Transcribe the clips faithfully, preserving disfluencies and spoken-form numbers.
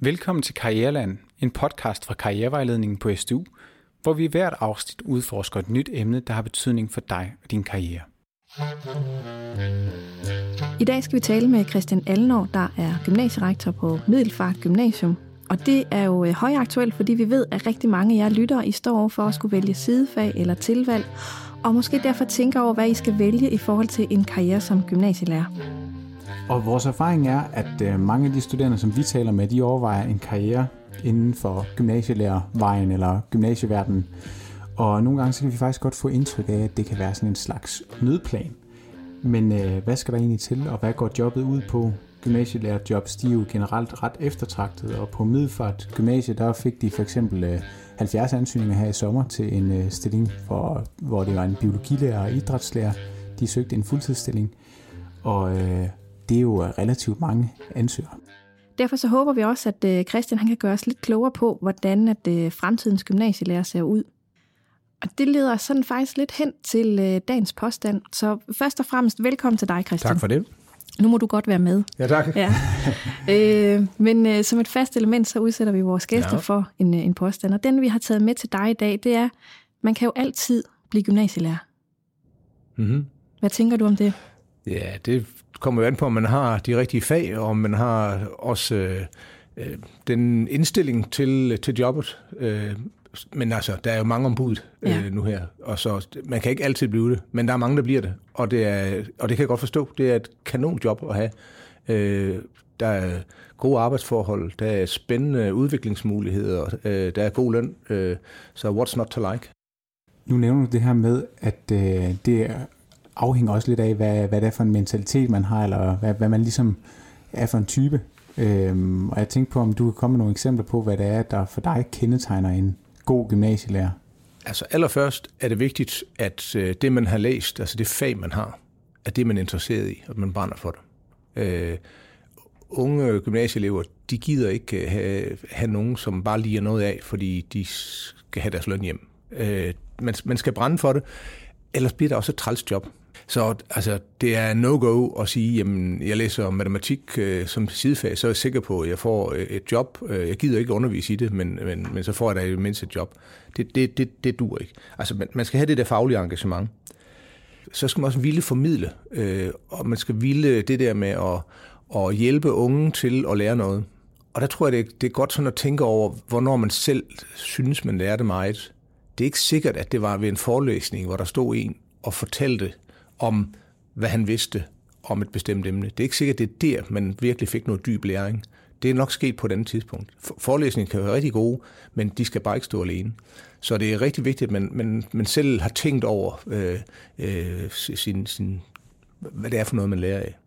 Velkommen til Karriereland, en podcast fra Karrierevejledningen på S D U, hvor vi i hvert afsnit udforsker et nyt emne, der har betydning for dig og din karriere. I dag skal vi tale med Christian Allenår, der er gymnasierektor på Middelfart Gymnasium. Og det er jo højaktuelt, fordi vi ved, at rigtig mange af jer lyttere, I står over for at skulle vælge sidefag eller tilvalg, og måske derfor tænker over, hvad I skal vælge i forhold til en karriere som gymnasielærer. Og vores erfaring er, at mange af de studerende, som vi taler med, de overvejer en karriere inden for gymnasielærervejen eller gymnasieverdenen. Og nogle gange så kan vi faktisk godt få indtryk af, at det kan være sådan en slags nødplan. Men øh, hvad skal der egentlig til, og hvad går jobbet ud på? Gymnasielærerjobs, de er jo generelt ret eftertragtede, og på Middelfart Gymnasie, der fik de for eksempel øh, halvfjerds ansøgninger her i sommer til en øh, stilling, for, hvor det var en biologilærer og idrætslærer. De søgte en fuldtidsstilling, og øh, det er jo relativt mange ansøgere. Derfor så håber vi også, at øh, Christian han kan gøre os lidt klogere på, hvordan at, øh, fremtidens gymnasielærer ser ud. Og det leder sådan faktisk lidt hen til øh, dagens påstand. Så først og fremmest velkommen til dig, Christian. Tak for det. Nu må du godt være med. Ja, tak. Ja. øh, men øh, som et fast element, så udsætter vi vores gæster ja. for en, en påstand. Og den, vi har taget med til dig i dag, det er, man kan jo altid blive gymnasielærer. Mm-hmm. Hvad tænker du om det? Ja, det kommer jo an på, om man har de rigtige fag, og om man har også øh, den indstilling til, til jobbet. Øh, men altså, der er jo mange ombud øh, ja. nu her, og så man kan ikke altid blive det, men der er mange, der bliver det, og det, er, og det kan jeg godt forstå. Det er et kanonjob at have. Øh, der er gode arbejdsforhold, der er spændende udviklingsmuligheder, øh, der er god løn, øh, så what's not to like? Nu nævner du det her med, at øh, det afhænger også lidt af, hvad, hvad det er for en mentalitet, man har, eller hvad, hvad man ligesom er for en type. Øhm, og jeg tænkte på, om du kan komme med nogle eksempler på, hvad det er, der for dig kendetegner en god gymnasielærer. Altså allerførst er det vigtigt, at øh, det, man har læst, altså det fag, man har, er det, man er interesseret i, og man brænder for det. Øh, unge gymnasieelever, de gider ikke have, have nogen, som bare liger noget af, fordi de skal have deres løn hjem. Øh, man, man skal brænde for det, ellers bliver det også et træls job. Så altså, det er no-go at sige, jamen, jeg læser matematik øh, som sidefag, så er jeg sikker på, at jeg får et job. Jeg gider ikke undervise i det, men, men, men så får jeg da i mindst et job. Det, det, det, det dur ikke. Altså, man, man skal have det der faglige engagement. Så skal man også ville formidle, øh, og man skal ville det der med at, at hjælpe unge til at lære noget. Og der tror jeg, det er, det er godt sådan at tænke over, hvornår man selv synes, man lærer det meget. Det er ikke sikkert, at det var ved en forelæsning, hvor der stod en og fortalte om, hvad han vidste om et bestemt emne. Det er ikke sikkert, det er der, man virkelig fik noget dyb læring. Det er nok sket på et andet tidspunkt. Forelæsninger kan være rigtig gode, men de skal bare ikke stå alene. Så det er rigtig vigtigt, at man, man, man selv har tænkt over, øh, øh, sin, sin, hvad det er for noget, man lærer af.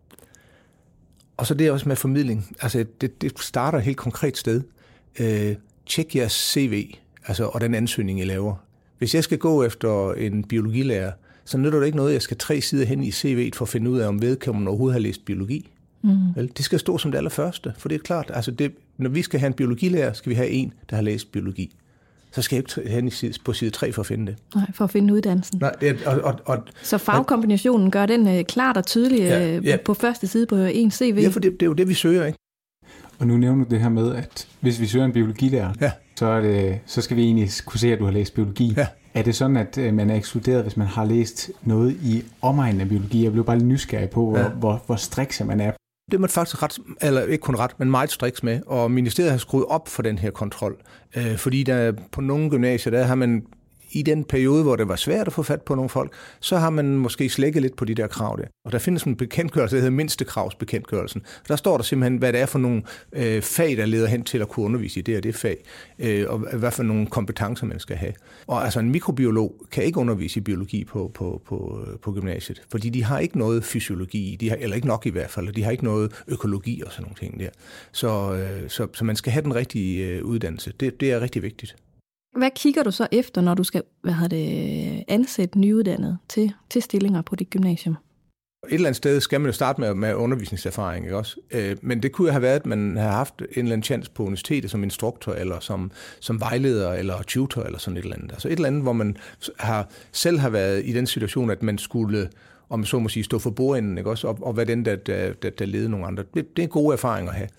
Og så det er også med formidling. Altså, det, det starter et helt konkret sted. Øh, tjek jeres C V, altså, og den ansøgning, I laver. Hvis jeg skal gå efter en biologilærer, så nytter det ikke noget, jeg skal tre sider hen i C V'et for at finde ud af, om vedkommende overhovedet har læst biologi. Mm. Det skal stå som det allerførste, for det er klart, altså det, når vi skal have en biologilærer, skal vi have en, der har læst biologi. Så skal jeg ikke hen på side tre for at finde det. Nej, for at finde uddannelsen. Nej, det er, og, og, og, så fagkombinationen gør den øh, klart og tydelig øh, ja, ja. på første side på en C V? Ja, for det, det er jo det, vi søger, ikke? Og nu nævner du det her med, at hvis vi søger en biologilærer, ja. så, er det, så skal vi egentlig kunne se, at du har læst biologi. Ja. Er det sådan, at man er ekskluderet, hvis man har læst noget i omegnen af biologi? Jeg blev bare lidt nysgerrig på, hvor, ja. hvor, hvor striks man er. Det er man faktisk ret, eller ikke kun ret, men meget striks med. Og ministeriet har skruet op for den her kontrol. Øh, fordi der på nogle gymnasier, der har man i den periode, hvor det var svært at få fat på nogle folk, så har man måske slækket lidt på de der krav der. Og der findes en bekendtgørelse, der hedder mindstekravsbekendtgørelsen. Der står der simpelthen, hvad det er for nogle øh, fag, der leder hen til at kunne undervise i det og det fag, øh, og hvad for nogle kompetencer, man skal have. Og altså en mikrobiolog kan ikke undervise i biologi på, på, på, på gymnasiet, fordi de har ikke noget fysiologi, de har, eller ikke nok i hvert fald, de har ikke noget økologi og sådan nogle ting der. Så, øh, så, så man skal have den rigtige øh, uddannelse. Det, det er rigtig vigtigt. Hvad kigger du så efter, når du skal hvad hedder det, ansætte nyuddannede til, til stillinger på dit gymnasium? Et eller andet sted skal man jo starte med, med undervisningserfaring, ikke også? Øh, men det kunne have været, at man har haft en eller anden chance på universitetet som instruktor, eller som, som vejleder, eller tutor, eller sådan et eller andet. Altså et eller andet, hvor man har, selv har været i den situation, at man skulle, om så må sige, stå for bordenden, ikke også? Og, og være den, der, der, der, der leder nogle andre. Det, det er gode erfaringer at have.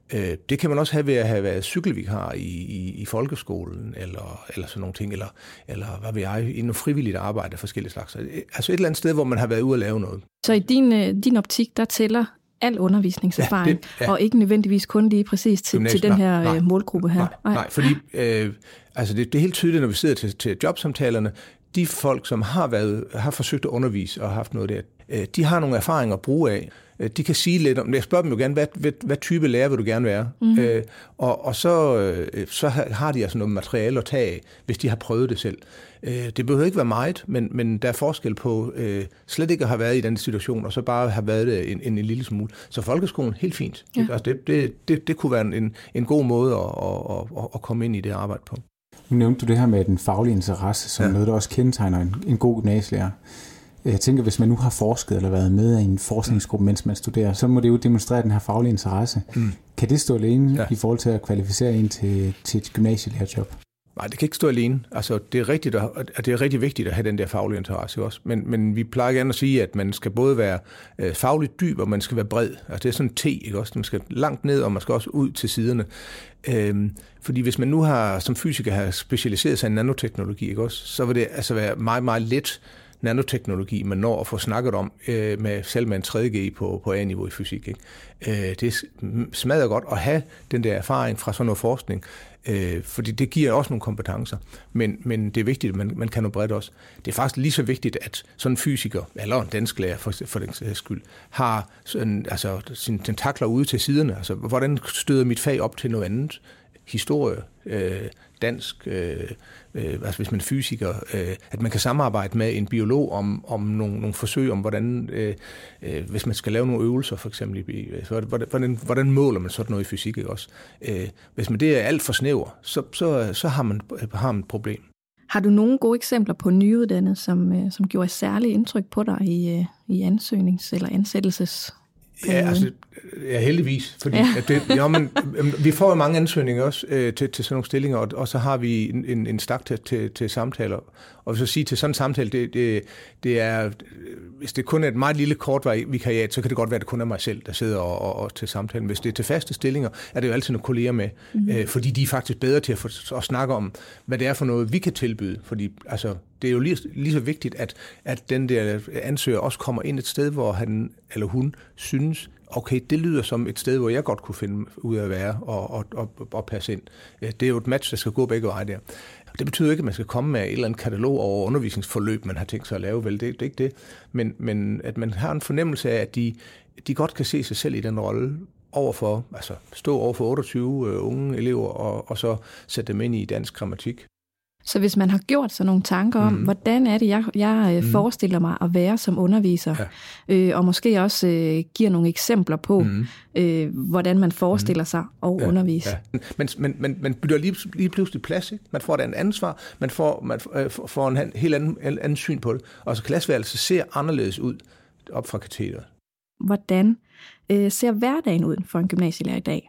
Øh, det kan man også have ved at have været cykelvikar i, i, i folkeskolen, eller, eller sådan nogle ting, eller, eller hvad ved jeg, i noget frivilligt arbejde af forskellige slags. Altså et eller andet sted, hvor man har været ude at lave noget. Så i din, din optik, der tæller al undervisningserfaring, ja, det, ja. Og ikke nødvendigvis kun lige præcis til, til den her nej, målgruppe her? Nej, nej, nej fordi øh, altså det, det er helt tydeligt, når vi sidder til, til jobsamtalerne, de folk, som har, været, har forsøgt at undervise og har haft noget der, øh, de har nogle erfaringer at bruge af. De kan sige lidt om, jeg spørger dem jo gerne, hvad, hvad, hvad type lærer vil du gerne være? Mm. Øh, og, og så, øh, så har de altså noget materiale at tage af, hvis de har prøvet det selv. Øh, det behøver ikke være meget, men, men der er forskel på øh, slet ikke at have været i den situation, og så bare have været det en, en, en lille smule. Så folkeskolen, helt fint. Ja. Altså det, det, det, det kunne være en, en god måde at, at, at, at komme ind i det arbejde på. Nu nævnte du det her med den faglige interesse, som ja. noget, der også kendetegner en, en god gymnasielærer. Jeg tænker, hvis man nu har forsket eller været med i en forskningsgruppe, mens man studerer, så må det jo demonstrere den her faglige interesse. Mm. Kan det stå alene ja. i forhold til at kvalificere en til, til et gymnasielærerjob? Nej, det kan ikke stå alene. Altså, det er rigtigt, at det er rigtig vigtigt at have den der faglige interesse også. Men, men vi plejer gerne at sige, at man skal både være øh, fagligt dyb, og man skal være bred. Altså, det er sådan en T, ikke også? Man skal langt ned, og man skal også ud til siderne. Øhm, fordi hvis man nu har som fysiker har specialiseret sig i nanoteknologi, ikke også? Så vil det altså være meget, meget let nanoteknologi, man når at få snakket om øh, med selv med en tredje G på, på A-niveau i fysik. Ikke? Øh, det smadrer godt at have den der erfaring fra sådan noget forskning, øh, fordi det giver også nogle kompetencer. Men, men det er vigtigt, at man, man kan noget bredt også. Det er faktisk lige så vigtigt, at sådan en fysiker, eller en dansk lærer for, for den sags skyld, har sådan, altså, sine tentakler ude til siderne. Altså, hvordan støder mit fag op til noget andet? Historie, øh, dansk, øh, øh, altså hvis man er fysiker, øh, at man kan samarbejde med en biolog om, om nogle, nogle forsøg om, hvordan, øh, øh, hvis man skal lave nogle øvelser for eksempel, hvordan, hvordan måler man sådan noget i fysik også? Øh, hvis man det er alt for snæver, så, så, så har, man, har man et problem. Har du nogle gode eksempler på nyuddannede, som, som gjorde særligt indtryk på dig i, i ansøgnings- eller ansættelses? Ja, altså, ja, heldigvis, fordi ja. At det, jo, men, vi får jo mange ansøgninger også øh, til, til sådan nogle stillinger, og, og så har vi en, en, en stak til, til, til samtaler. Og hvis jeg siger til sådan en samtale, det, det, det er, hvis det kun er et meget lille kort vikariat, så kan det godt være, at det kun er mig selv, der sidder og, og, og til samtalen. Hvis det er til faste stillinger, er det jo altid nogle kolleger med, mm-hmm. øh, fordi de er faktisk bedre til at, få, at snakke om, hvad det er for noget, vi kan tilbyde. Fordi altså, det er jo lige, lige så vigtigt, at, at den der ansøger også kommer ind et sted, hvor han eller hun synes, okay, det lyder som et sted, hvor jeg godt kunne finde ud af at være og, og, og, og passe ind. Det er jo et match, der skal gå begge veje der. Det betyder ikke, at man skal komme med et eller andet katalog over undervisningsforløb, man har tænkt sig at lave, vel, det, det er ikke det. Men, men at man har en fornemmelse af, at de, de godt kan se sig selv i den rolle, overfor, altså stå over for otteogtyve øh, unge elever, og, og så sætte dem ind i dansk grammatik. Så hvis man har gjort sig nogle tanker om, mm. hvordan er det, jeg, jeg mm. forestiller mig at være som underviser, ja. øh, og måske også øh, giver nogle eksempler på, mm. øh, hvordan man forestiller sig at ja. undervise. Ja. Men, men, men man bytter lige, lige pludselig plads, ikke? Man får et andet ansvar, man får, man får en helt anden, anden syn på det, og så klasseværelset ser anderledes ud op fra katedret. Hvordan øh, ser hverdagen ud for en gymnasielærer i dag?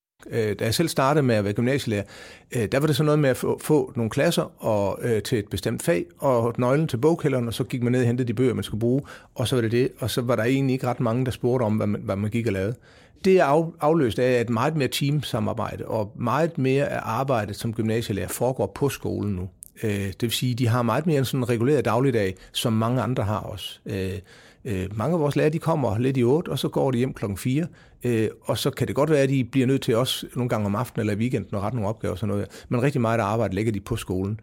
Da jeg selv startede med at være gymnasielærer, der var det så noget med at få, få nogle klasser og, øh, til et bestemt fag, og nøglen til bogkælderen, og så gik man ned og hentede de bøger, man skulle bruge, og så var det det, og så var der egentlig ikke ret mange, der spurgte om, hvad man, hvad man gik og lavede. Det er af, afløst af et meget mere teamsamarbejde, og meget mere af arbejdet som gymnasielærer foregår på skolen nu. Øh, det vil sige, de har meget mere en sådan reguleret dagligdag, som mange andre har også. Øh, øh, mange af vores lærere, de kommer lidt i otte, og så går de hjem klokken fire, øh, og så kan det godt være, at de bliver nødt til også nogle gange om aftenen eller i weekenden at rette nogle opgaver og sådan noget. Men rigtig meget af arbejdet lægger de på skolen.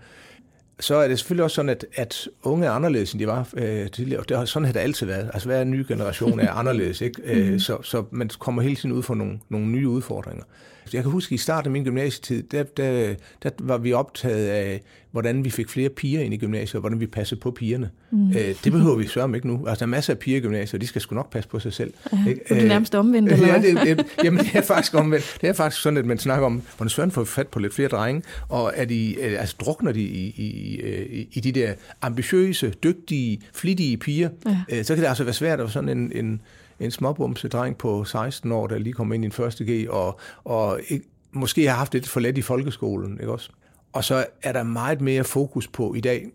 Så er det selvfølgelig også sådan, at, at unge er anderledes, end de var øh, tidligere. Det har, sådan har det altid været. Altså hver ny generation er anderledes, ikke? Øh, så, så man kommer hele tiden ud for nogle, nogle nye udfordringer. Jeg kan huske, at i starten af min gymnasietid, der, der, der var vi optaget af, hvordan vi fik flere piger ind i gymnasiet, og hvordan vi passede på pigerne. Mm. Øh, det behøver vi sørge ikke nu. Altså, der er masser af piger i gymnasiet, og de skal sgu nok passe på sig selv. Ja, det er nærmest omvendt, eller ja, det, det, jamen, det er faktisk omvendt. Det er faktisk sådan, at man snakker om, hvordan søren får vi fat på lidt flere drenge, og er de, altså, drukner de i, i, i, i de der ambitiøse, dygtige, flittige piger, ja. øh, så kan det altså være svært at sådan en, en en småbumse dreng på seksten år, der lige kommer ind i en første G, og, og ikke, måske har haft lidt for let i folkeskolen, ikke også? Og så er der meget mere fokus på i dag,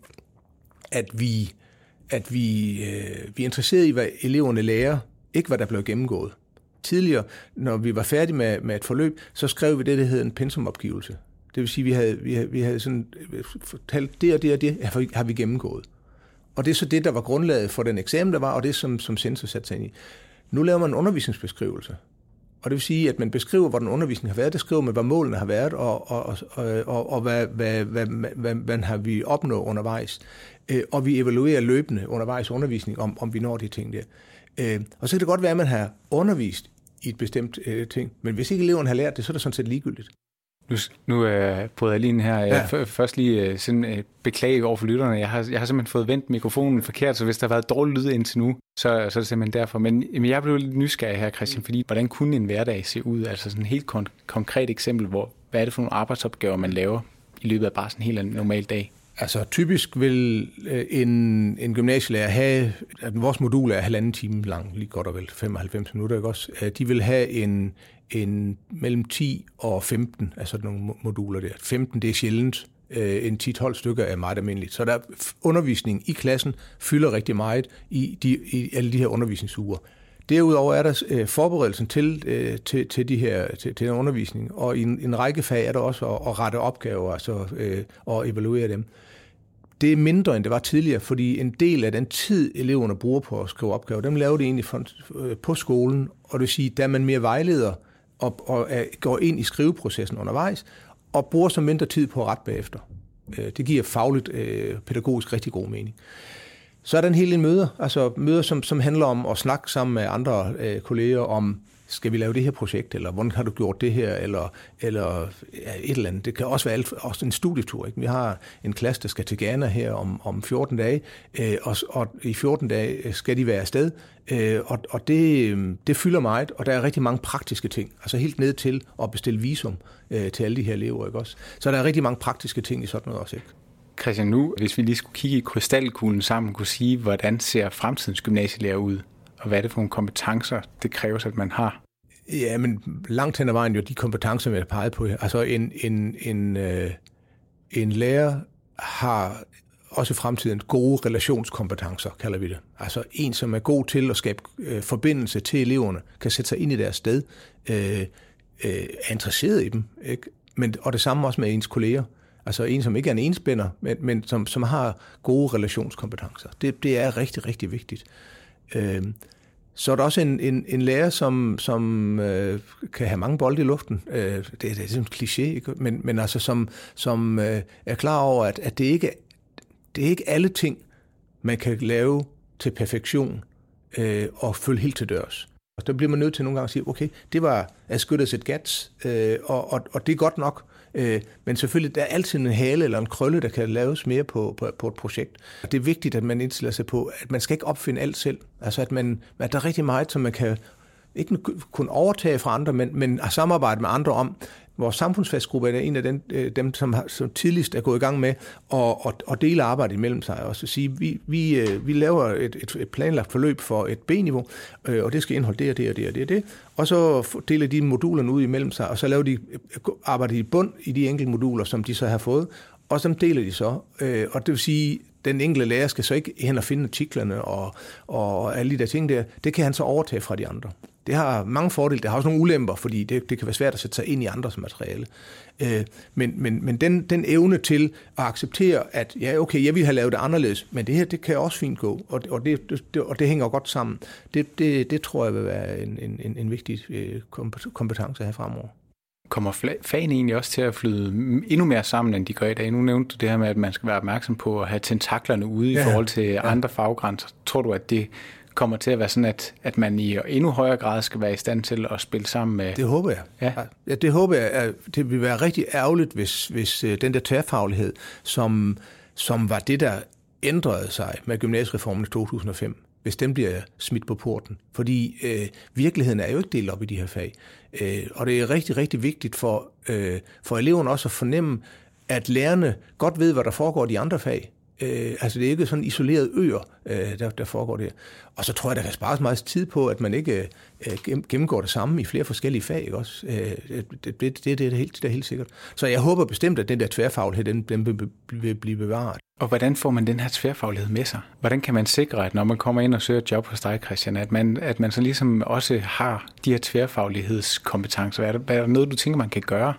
at vi, at vi, øh, vi er interesseret i, hvad eleverne lærer, ikke hvad der bliver gennemgået. tidligere, når vi var færdige med, med et forløb, så skrev vi det, der hedder en pensumopgivelse. Det vil sige, at vi havde, vi havde, vi havde sådan fortalt, det og det og det har vi gennemgået. Og det er så det, der var grundlaget for den eksamen, der var, og det, som, som censor satte sig ind i. Nu laver man en undervisningsbeskrivelse. Og det vil sige, at man beskriver, hvordan undervisningen har været. Det skriver man, hvad målene har været, og, og, og, og, og hvad, hvad, hvad, hvad, hvad har vi opnået undervejs. Og vi evaluerer løbende undervejs undervisning, om, om vi når de ting der. Og så kan det godt være, at man har undervist i et bestemt ting, men hvis ikke eleverne har lært det, så er det sådan set ligegyldigt. Nu, nu øh, bryder jeg lige ind her. Ja. F- først lige øh, sådan, øh, beklage over for lytterne. Jeg har, jeg har simpelthen fået vendt mikrofonen forkert, så hvis der har været dårlig lyd indtil nu, så, så er det simpelthen derfor. Men, men jeg blev lidt nysgerrig her, Christian, fordi hvordan kunne en hverdag se ud? Altså sådan et helt kon- konkret eksempel, hvor hvad er det for nogle arbejdsopgaver, man laver i løbet af bare sådan en helt normal dag? Altså typisk vil en, en gymnasielærer have, at vores modul er halvanden time lang, lige godt og vel femoghalvfems minutter, ikke også? De vil have en, en mellem ti og femten af sådan nogle moduler der. femten, det er sjældent. En ti til tolv stykker er meget almindeligt. Så der undervisning i klassen fylder rigtig meget i, de, i alle de her undervisningsuger. Derudover er der øh, forberedelsen til, øh, til, til, de her, til, til den undervisning, og i en, en række fag er der også at, at rette opgaver altså, øh, og evaluere dem. Det er mindre, end det var tidligere, fordi en del af den tid, eleverne bruger på at skrive opgaver, dem laver de egentlig for, øh, på skolen, og det vil sige, der er man mere vejleder og, og er, går ind i skriveprocessen undervejs, og bruger så mindre tid på at rette bagefter. Øh, det giver fagligt, øh, pædagogisk rigtig god mening. Så er der en hel del møder, altså møder, som, som handler om at snakke sammen med andre øh, kolleger om, skal vi lave det her projekt, eller hvordan har du gjort det her, eller, eller ja, et eller andet. Det kan også være alt, også en studietur. Ikke? Vi har en klasse, der skal til Ghana her om, om fjorten dage, øh, og, og i fjorten dage skal de være afsted, øh, og, og det, det fylder meget, og der er rigtig mange praktiske ting, altså helt ned til at bestille visum øh, til alle de her elever. Ikke også? Så der er rigtig mange praktiske ting i sådan noget også, ikke? Christian, nu, hvis vi lige skulle kigge i krystalkuglen sammen, kunne sige, hvordan ser fremtidens gymnasielærer ud, og hvad er det for nogle kompetencer, det kræves, at man har? Ja, men langt hen ad vejen jo de kompetencer, vi har peget på her. Altså en, en, en, øh, en lærer har også i fremtiden gode relationskompetencer, kalder vi det. Altså en, som er god til at skabe øh, forbindelse til eleverne, kan sætte sig ind i deres sted, øh, øh, er interesseret i dem, ikke? Men, og det samme også med ens kolleger. Altså en, som ikke er en enspænder, men, men som, som har gode relationskompetencer. Det, det er rigtig, rigtig vigtigt. Øh, så er der også en, en, en lærer, som, som øh, kan have mange bolde i luften. Øh, det, det er sådan en kliché, ikke? Men, men altså som, som øh, er klar over, at, at det, ikke, det er ikke alle ting, man kan lave til perfektion øh, og følge helt til dørs. Og der bliver man nødt til nogle gange at sige, okay, det var as good as it gets, øh, og, og, og det er godt nok. Øh, men selvfølgelig, der er altid en hale eller en krølle, der kan laves mere på, på, på et projekt. Det er vigtigt, at man indstiller sig på, at man skal ikke opfinde alt selv. Altså, at, man, at der er rigtig meget, som man kan ikke kun overtage fra andre, men, men samarbejde med andre om. Vores samfundsfagsgruppe er en af dem, dem som, har, som tidligst er gået i gang med at, at, at dele arbejdet imellem sig. Og så sige, vi, vi, vi laver et, et, et planlagt forløb for et B-niveau, og det skal indeholde det og det og det og det og det. Og så deler de modulerne ud imellem sig, og så laver de, arbejder de i bund i de enkelte moduler, som de så har fået, og så deler de så. Og det vil sige, den enkelte lærer skal så ikke hen og finde artiklerne og, og alle de der ting der. Det kan han så overtage fra de andre. Det har mange fordele. Det har også nogle ulemper, fordi det, det kan være svært at sætte sig ind i andres materiale. Øh, men men, men den, den evne til at acceptere, at ja, okay, jeg vil have lavet det anderledes, men det her, det kan også fint gå, og, og, det, det, og det hænger godt sammen. Det, det, det tror jeg vil være en, en, en vigtig kompetence her fremover. Kommer fagene egentlig også til at flyde endnu mere sammen, end de gør i dag? Nu nævnte du det her med, at man skal være opmærksom på at have tentaklerne ude ja, i forhold til ja. andre faggrænser. Tror du, at det kommer til at være sådan, at, at man i endnu højere grad skal være i stand til at spille sammen med... Det håber jeg. Ja. Ja, det håber jeg. At det vil være rigtig ærgerligt, hvis, hvis den der tværfaglighed, som, som var det, der ændrede sig med gymnasiereformen i to tusind og fem, hvis den bliver smidt på porten. Fordi øh, virkeligheden er jo ikke delt op i de her fag. Øh, og det er rigtig, rigtig vigtigt for, øh, for eleverne også at fornemme, at lærerne godt ved, hvad der foregår i de andre fag. Øh, altså det er ikke sådan isolerede øer, øh, der, der foregår det. Og så tror jeg, der kan spares meget tid på, at man ikke øh, gennemgår det samme i flere forskellige fag. Ikke også? Øh, det, det, det, det, er helt, det er helt sikkert. Så jeg håber bestemt, at den der tværfaglighed, den, den vil, vil blive bevaret. Og hvordan får man den her tværfaglighed med sig? Hvordan kan man sikre, at når man kommer ind og søger et job hos dig, Christian, at man, at man så ligesom også har de her tværfaglighedskompetencer? Er der, er der noget, du tænker, man kan gøre?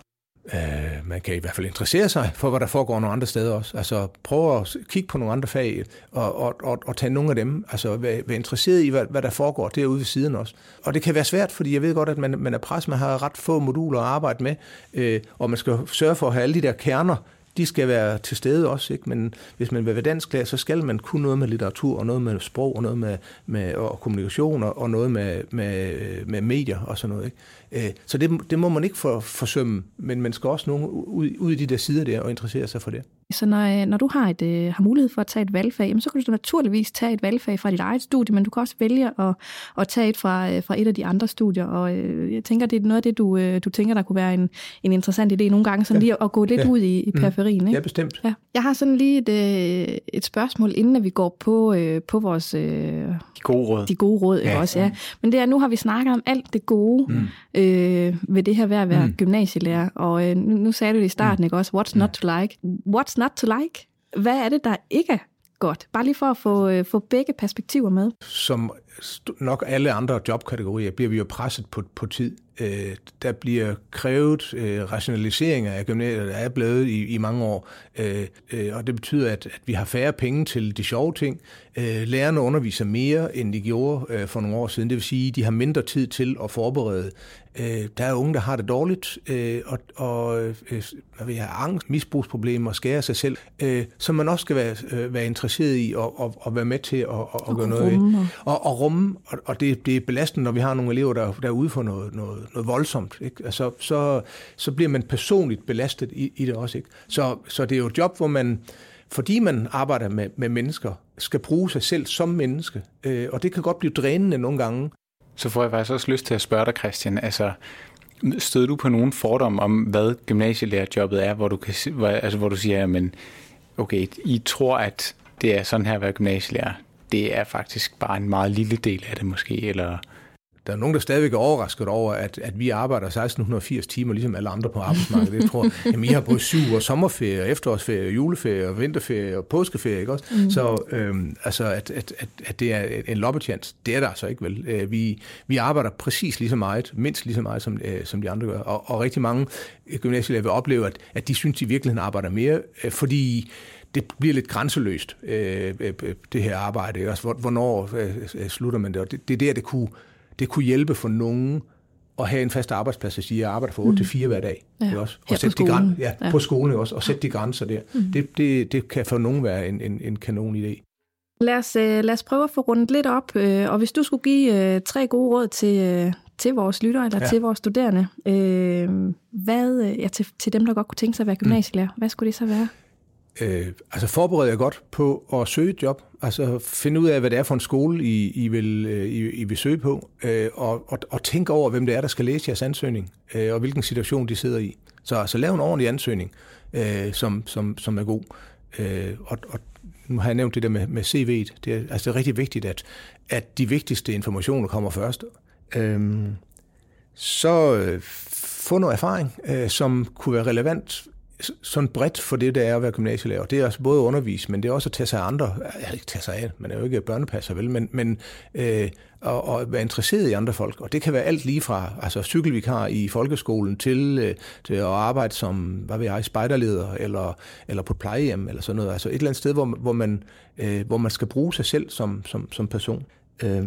Uh, man kan i hvert fald interessere sig for, hvad der foregår nogle andre steder også. Altså prøve at kigge på nogle andre fag og, og, og, og tage nogle af dem. Altså være, være interesseret i, hvad, hvad der foregår derude ved siden også. Og det kan være svært, fordi jeg ved godt, at man, man er presset. Man har ret få moduler at arbejde med, øh, og man skal sørge for at have alle de der kerner. De skal være til stede også, ikke? Men hvis man vil være dansklærer, så skal man kunne noget med litteratur, og noget med sprog, og noget med, med og kommunikation, og noget med, med, med medier og sådan noget, ikke? Så det, det må man ikke for, forsømme, men man skal også nogen ud, ud i de der sider der og interessere sig for det. Så når, når du har, et, har mulighed for at tage et valgfag, jamen, så kan du naturligvis tage et valgfag fra dit eget studie, men du kan også vælge at, at tage et fra, fra et af de andre studier, og jeg tænker, det er noget af det, du, du tænker, der kunne være en, en interessant idé nogle gange, sådan ja. lige at, at gå lidt ja. ud i, i periferien. Ikke? Ja, bestemt. Ja. Jeg har sådan lige et, et spørgsmål, inden at vi går på, på vores... De gode råd. De gode råd, ja. også, ja. Men det er, nu har vi snakket om alt det gode mm. øh, ved det her ved at være mm. gymnasielærer, og øh, nu, nu sagde du det i starten, mm. ikke også? What's not to like? What's not to like? Hvad er det, der ikke er godt? Bare lige for at få, øh, få begge perspektiver med. Som nok alle andre jobkategorier bliver vi jo presset på, på tid. Øh, der bliver krævet øh, rationaliseringer af gymnasiet, der er blevet i, i mange år. Øh, øh, og det betyder, at, at vi har færre penge til de sjove ting. Øh, lærerne underviser mere, end de gjorde øh, for nogle år siden. Det vil sige, at de har mindre tid til at forberede. Øh, der er unge, der har det dårligt, øh, og, og øh, hvad ved jeg, angst, misbrugsproblemer, skærer sig selv, øh, som man også skal være, øh, være interesseret i og, og, og være med til at og, og gøre noget rumme. af. Og, og rumme, og, og det, det er belastende, når vi har nogle elever, der, der er ude for noget, noget, noget voldsomt. Ikke? Altså, så, så bliver man personligt belastet i, i det også. Ikke? Så, så det er jo et job, hvor man, fordi man arbejder med, med mennesker, skal bruge sig selv som menneske. Øh, og det kan godt blive drænende nogle gange. Så får jeg faktisk også lyst til at spørge dig, Christian, altså støder du på nogen fordom om, hvad gymnasielærerjobbet er, hvor du, kan, hvor, altså, hvor du siger, men okay, I tror, at det er sådan her at være gymnasielærer. Det er faktisk bare en meget lille del af det måske, eller... Der er nogen, der stadigvæk er overrasket over, at, at vi arbejder seksten firs timer, ligesom alle andre på arbejdsmarkedet. Jeg tror, at I har både syv uger sommerferie, efterårsferie, juleferie, vinterferie og påskeferie, ikke også? Mm. Så øhm, altså, at, at, at, at det er en loppetjans, det er der altså ikke vel. Vi, vi arbejder præcis lige så meget, mindst lige så meget, som, øh, som de andre gør. Og, og rigtig mange gymnasielærer vil opleve, at, at de synes, de i virkeligheden arbejder mere, øh, fordi... Det bliver lidt grænseløst, øh, det her arbejde. Ikke? Altså, hvornår øh, slutter man det? Og det, det er der, det kunne, det kunne hjælpe for nogen at have en fast arbejdsplads og sige, at jeg arbejder fra otte til fire hver dag. Ja. Ikke også? Og Her sætte på skolen. De, ja, ja, på skolen også, og sætte de grænser der. Mm. Det, det, det kan for nogen være en, en, en kanon idé. Lad os, lad os prøve at få rundet lidt op, og hvis du skulle give tre gode råd til, til vores lyttere eller ja. til vores studerende, hvad, ja, til, til dem, der godt kunne tænke sig at være gymnasielærer, mm. hvad skulle det så være? Øh, altså forbered jer godt på at søge et job. Altså finde ud af, hvad det er for en skole, I, I, vil, I, I vil søge på, øh, og, og, og tænk over, hvem det er, der skal læse jeres ansøgning, øh, og hvilken situation de sidder i. Så altså, lav en ordentlig ansøgning, øh, som, som, som er god. Øh, og, og nu har jeg nævnt det der med, med C V'et. Det er, altså, det er rigtig vigtigt, at, at de vigtigste informationer kommer først. Øh, så øh, få noget erfaring, øh, som kunne være relevant sådan bredt for det, der er at være gymnasielærer. Det er altså både at undervise, men det er også at tage sig af andre. Ja, ikke tage sig af, man er jo ikke børnepasser, vel, men, men øh, og, og være interesseret i andre folk. Og det kan være alt lige fra altså cykelvikar i folkeskolen til, øh, til at arbejde som, hvad ved jeg, spejderleder eller, eller på et plejehjem eller sådan noget. Altså et eller andet sted, hvor, hvor, man, øh, hvor man skal bruge sig selv som, som, som person. Øh,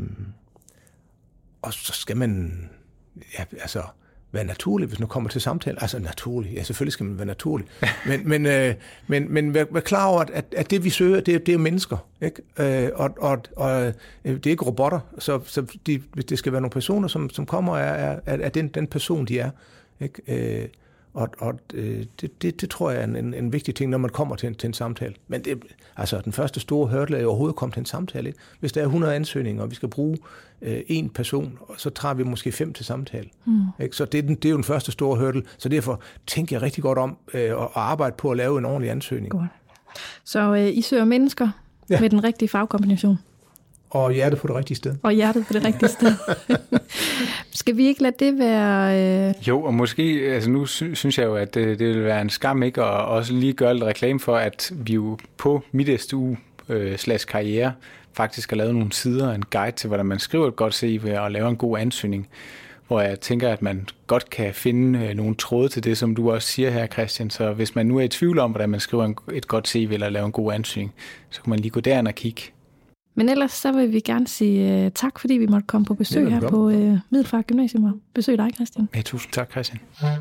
og så skal man, ja, altså... være naturlig, hvis man kommer til samtale. Altså naturlig, ja, selvfølgelig skal man være naturlig. Men, men, øh, men, men vær, vær klar over, at, at det vi søger, det, det er mennesker. Ikke? Øh, og, og, og det er ikke robotter, så, så de, det skal være nogle personer, som, som kommer og er, er, er den, den person, de er. Ikke? Øh, og og det, det, det tror jeg er en, en vigtig ting, når man kommer til en, til en samtale. Men det, altså, den første store hurdle er jo overhovedet at komme til en samtale. Ikke? Hvis der er hundrede ansøgninger, og vi skal bruge øh, en person, så tager vi måske fem til samtale. Mm. Ikke? Så det er, den, det er jo den første store hurdle. Så derfor tænker jeg rigtig godt om øh, at arbejde på at lave en ordentlig ansøgning. Godt. Så øh, I søger mennesker ja. med den rigtige fagkombination. Og hjertet på det rigtige sted. Og hjertet på det rigtige sted. Skal vi ikke lade det være... Øh... Jo, og måske, altså nu synes jeg jo, at det, det vil være en skam, ikke? Og også lige gøre lidt reklame for, at vi jo på mit S T U øh, slash karriere faktisk har lavet nogle sider, en guide til, hvordan man skriver et godt C V og laver en god ansøgning, hvor jeg tænker, at man godt kan finde øh, nogle tråde til det, som du også siger her, Christian. Så hvis man nu er i tvivl om, hvordan man skriver en, et godt C V eller laver en god ansøgning, så kan man lige gå derind og kigge. Men ellers så vil vi gerne sige uh, tak, fordi vi måtte komme på besøg her på uh, Middelfart Gymnasium og besøge dig, Christian. Ja, tusind tak, Christian.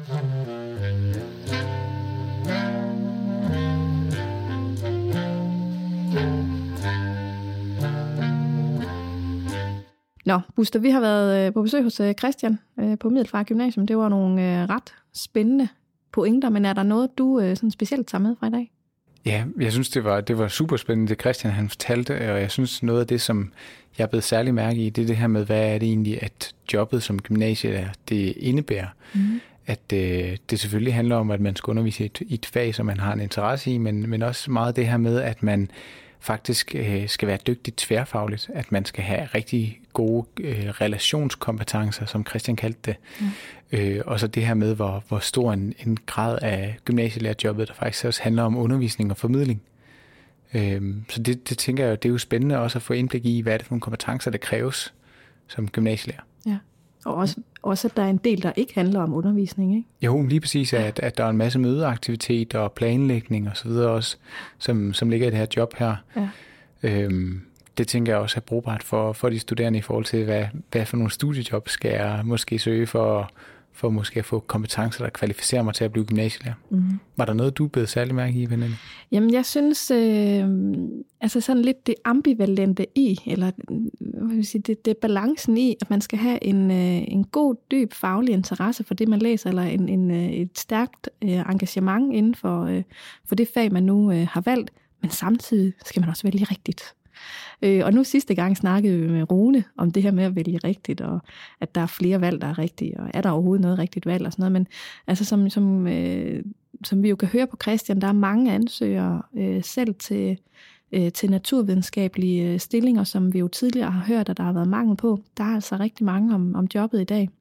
Nå, Buster, vi har været uh, på besøg hos uh, Christian uh, på Middelfart Gymnasium. Det var nogle uh, ret spændende pointer, men er der noget, du uh, sådan specielt tager med fra i dag? Ja, jeg synes, det var, det var super spændende, det Christian han fortalte, og jeg synes, noget af det, som jeg er blevet særlig mærke i, det er det her med, hvad er det egentlig, at jobbet som gymnasielærer, det indebærer. Mm. At øh, det selvfølgelig handler om, at man skal undervise i et, i et fag, som man har en interesse i, men, men også meget det her med, at man faktisk øh, skal være dygtig tværfagligt, at man skal have rigtig gode øh, relationskompetencer, som Christian kaldte det. Mm. Øh, og så det her med, hvor, hvor stor en, en grad af gymnasielærerjobbet, der faktisk også handler om undervisning og formidling. Øh, så det, det tænker jeg, det er jo spændende også at få indblik i, hvad er det for nogle kompetencer, der kræves som gymnasielærer. Ja, og også, også at der er en del, der ikke handler om undervisning, ikke? Jo, lige præcis, at, at der er en masse mødeaktivitet og planlægning og så videre også, som, som ligger i det her job her. Ja. Øhm, det tænker jeg også er brugbart for, for de studerende i forhold til, hvad, hvad for nogle studiejob skal jeg måske søge for, for måske at få kompetencer, der kvalificerer mig til at blive gymnasielærer. Mm-hmm. Var der noget, du blev særlig mærke i, Pernille? Jamen, jeg synes, øh, altså sådan lidt det ambivalente i, eller hvad vil jeg sige, det, det er balancen i, at man skal have en, øh, en god, dyb faglig interesse for det, man læser, eller en, en, et stærkt øh, engagement inden for, øh, for det fag, man nu øh, har valgt, men samtidig skal man også vælge rigtigt. Øh, og nu sidste gang snakkede vi med Rune om det her med at vælge rigtigt, og at der er flere valg, der er rigtige, og er der overhovedet noget rigtigt valg og sådan noget. Men altså som, som, øh, som vi jo kan høre på Christian, der er mange ansøgere øh, selv til, øh, til naturvidenskabelige øh, stillinger, som vi jo tidligere har hørt, at der har været mangel på. Der er altså rigtig mange om, om jobbet i dag.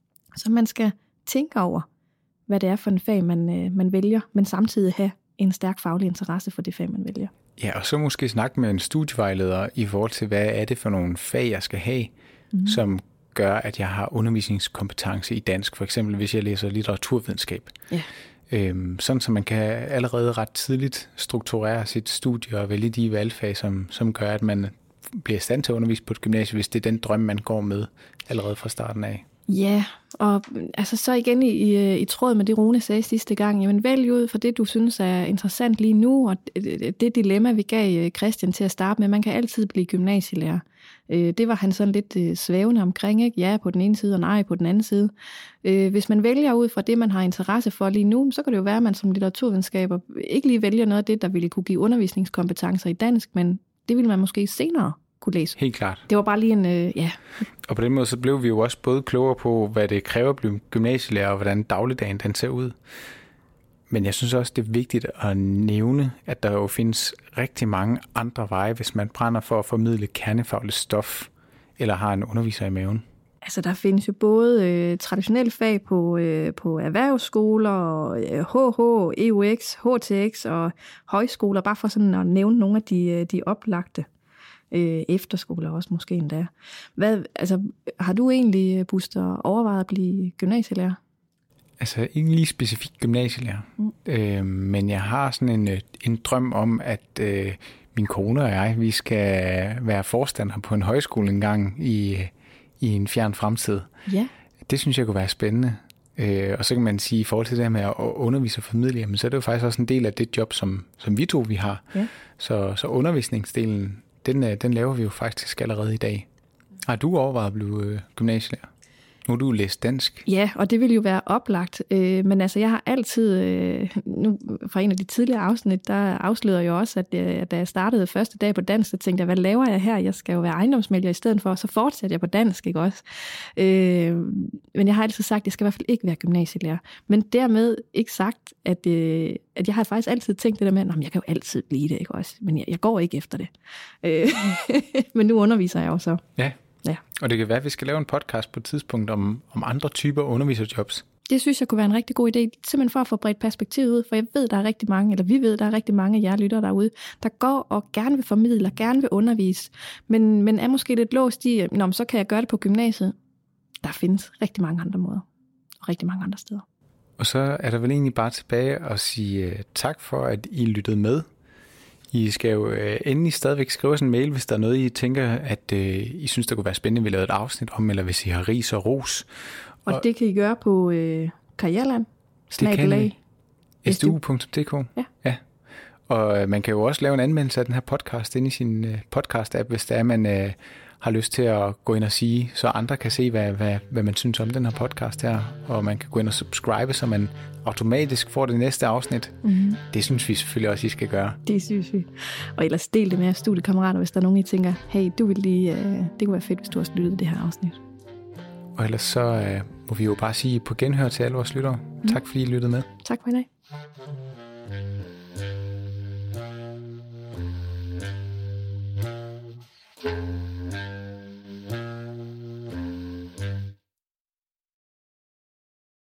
Så man skal tænke over, hvad det er for en fag, man, øh, man vælger, men samtidig have en stærk faglig interesse for det fag, man vælger. Ja, og så måske snakke med en studievejleder i forhold til, hvad er det for nogle fag, jeg skal have, mm. som gør, at jeg har undervisningskompetence i dansk, for eksempel hvis jeg læser litteraturvidenskab. Ja. Øhm, sådan, så man kan allerede ret tidligt strukturere sit studie og vælge de valgfag, som, som gør, at man bliver i stand til at undervise på et gymnasie, hvis det er den drøm, man går med allerede fra starten af. Ja, og altså så igen i, i, i tråd med det, Rune sagde sidste gang, jamen vælg ud for det, du synes er interessant lige nu, og det, det dilemma, vi gav Christian til at starte med, man kan altid blive gymnasielærer. Det var han sådan lidt svævende omkring, ikke? Ja på den ene side og nej på den anden side. Hvis man vælger ud fra det, man har interesse for lige nu, så kan det jo være, at man som litteraturvidenskaber ikke lige vælger noget af det, der ville kunne give undervisningskompetencer i dansk, men det ville man måske senere kunne læse. Helt klart. Det var bare lige en, øh, ja. Og på den måde så blev vi jo også både klogere på, hvad det kræver at blive gymnasielærer, og hvordan dagligdagen den ser ud. Men jeg synes også, det er vigtigt at nævne, at der jo findes rigtig mange andre veje, hvis man brænder for at formidle kernefagligt stof, eller har en underviser i maven. Altså, der findes jo både øh, traditionelle fag på, øh, på erhvervsskoler, og øh, H H, E U X, H T X og højskoler, bare for sådan at nævne nogle af de, de oplagte. Øh, efterskoler også måske endda. Hvad, altså, har du egentlig, Buster, overvejet at blive gymnasielærer? Altså ikke lige specifikt gymnasielærer, mm. øh, men jeg har sådan en, en drøm om, at øh, min kone og jeg, vi skal være forstander på en højskole engang i, i en fjern fremtid. Ja. Det synes jeg kunne være spændende. Øh, og så kan man sige, i forhold til det her med at undervise og formidle, men så er det jo faktisk også en del af det job, som, som vi to vi har. Ja. Så, så Den, den laver vi jo faktisk allerede i dag. Har du overvejet at blive øh, gymnasielærer? Nu er du læst dansk. Ja, og det vil jo være oplagt. Øh, men altså, jeg har altid, øh, nu fra en af de tidligere afsnit, der afslørede jeg også, at øh, da jeg startede første dag på dansk, så tænkte jeg, hvad laver jeg her? Jeg skal jo være ejendomsmælger i stedet for, så fortsatte jeg på dansk, ikke også? Øh, men jeg har altid sagt, at jeg skal i hvert fald ikke være gymnasielærer. Men dermed ikke sagt, at, øh, at jeg har faktisk altid tænkt det der med, at jeg kan jo altid blive det, ikke også? Men jeg, jeg går ikke efter det. Øh, men nu underviser jeg jo så. Ja. Ja. Og det kan være, at vi skal lave en podcast på et tidspunkt om, om andre typer underviserjobs. Det synes jeg kunne være en rigtig god idé, simpelthen for at få bredt perspektiv ud, for jeg ved, der er rigtig mange, eller vi ved, der er rigtig mange af jer lyttere derude, der går og gerne vil formidle og gerne vil undervise, men, men er måske lidt låst i, nå, så kan jeg gøre det på gymnasiet. Der findes rigtig mange andre måder, og rigtig mange andre steder. Og så er der vel egentlig bare tilbage at sige uh, tak for, at I lyttede med. I skal jo øh, endelig stadigvæk skrive os en mail, hvis der er noget, I tænker, at øh, I synes, der kunne være spændende, at vi lavede et afsnit om, eller hvis I har ris og ros. Og, og det kan I gøre på øh, Karriereland, snabelag S D U punktum d k. Ja. Ja. Og øh, man kan jo også lave en anmeldelse af den her podcast inde i sin øh, podcast-app, hvis der er, man øh, har lyst til at gå ind og sige, så andre kan se, hvad, hvad, hvad man synes om den her podcast her. Og man kan gå ind og subscribe, så man automatisk får det næste afsnit. Mm-hmm. Det synes vi selvfølgelig også, I skal gøre. Det synes vi. Og ellers del det med studiekammerater, hvis der er nogen, I tænker, hey, du vil lige, øh, det kunne være fedt, hvis du også lyttede det her afsnit. Og ellers så øh, må vi jo bare sige på genhør til alle vores lyttere. Mm. Tak fordi I lyttede med. Tak for i dag. Thank you.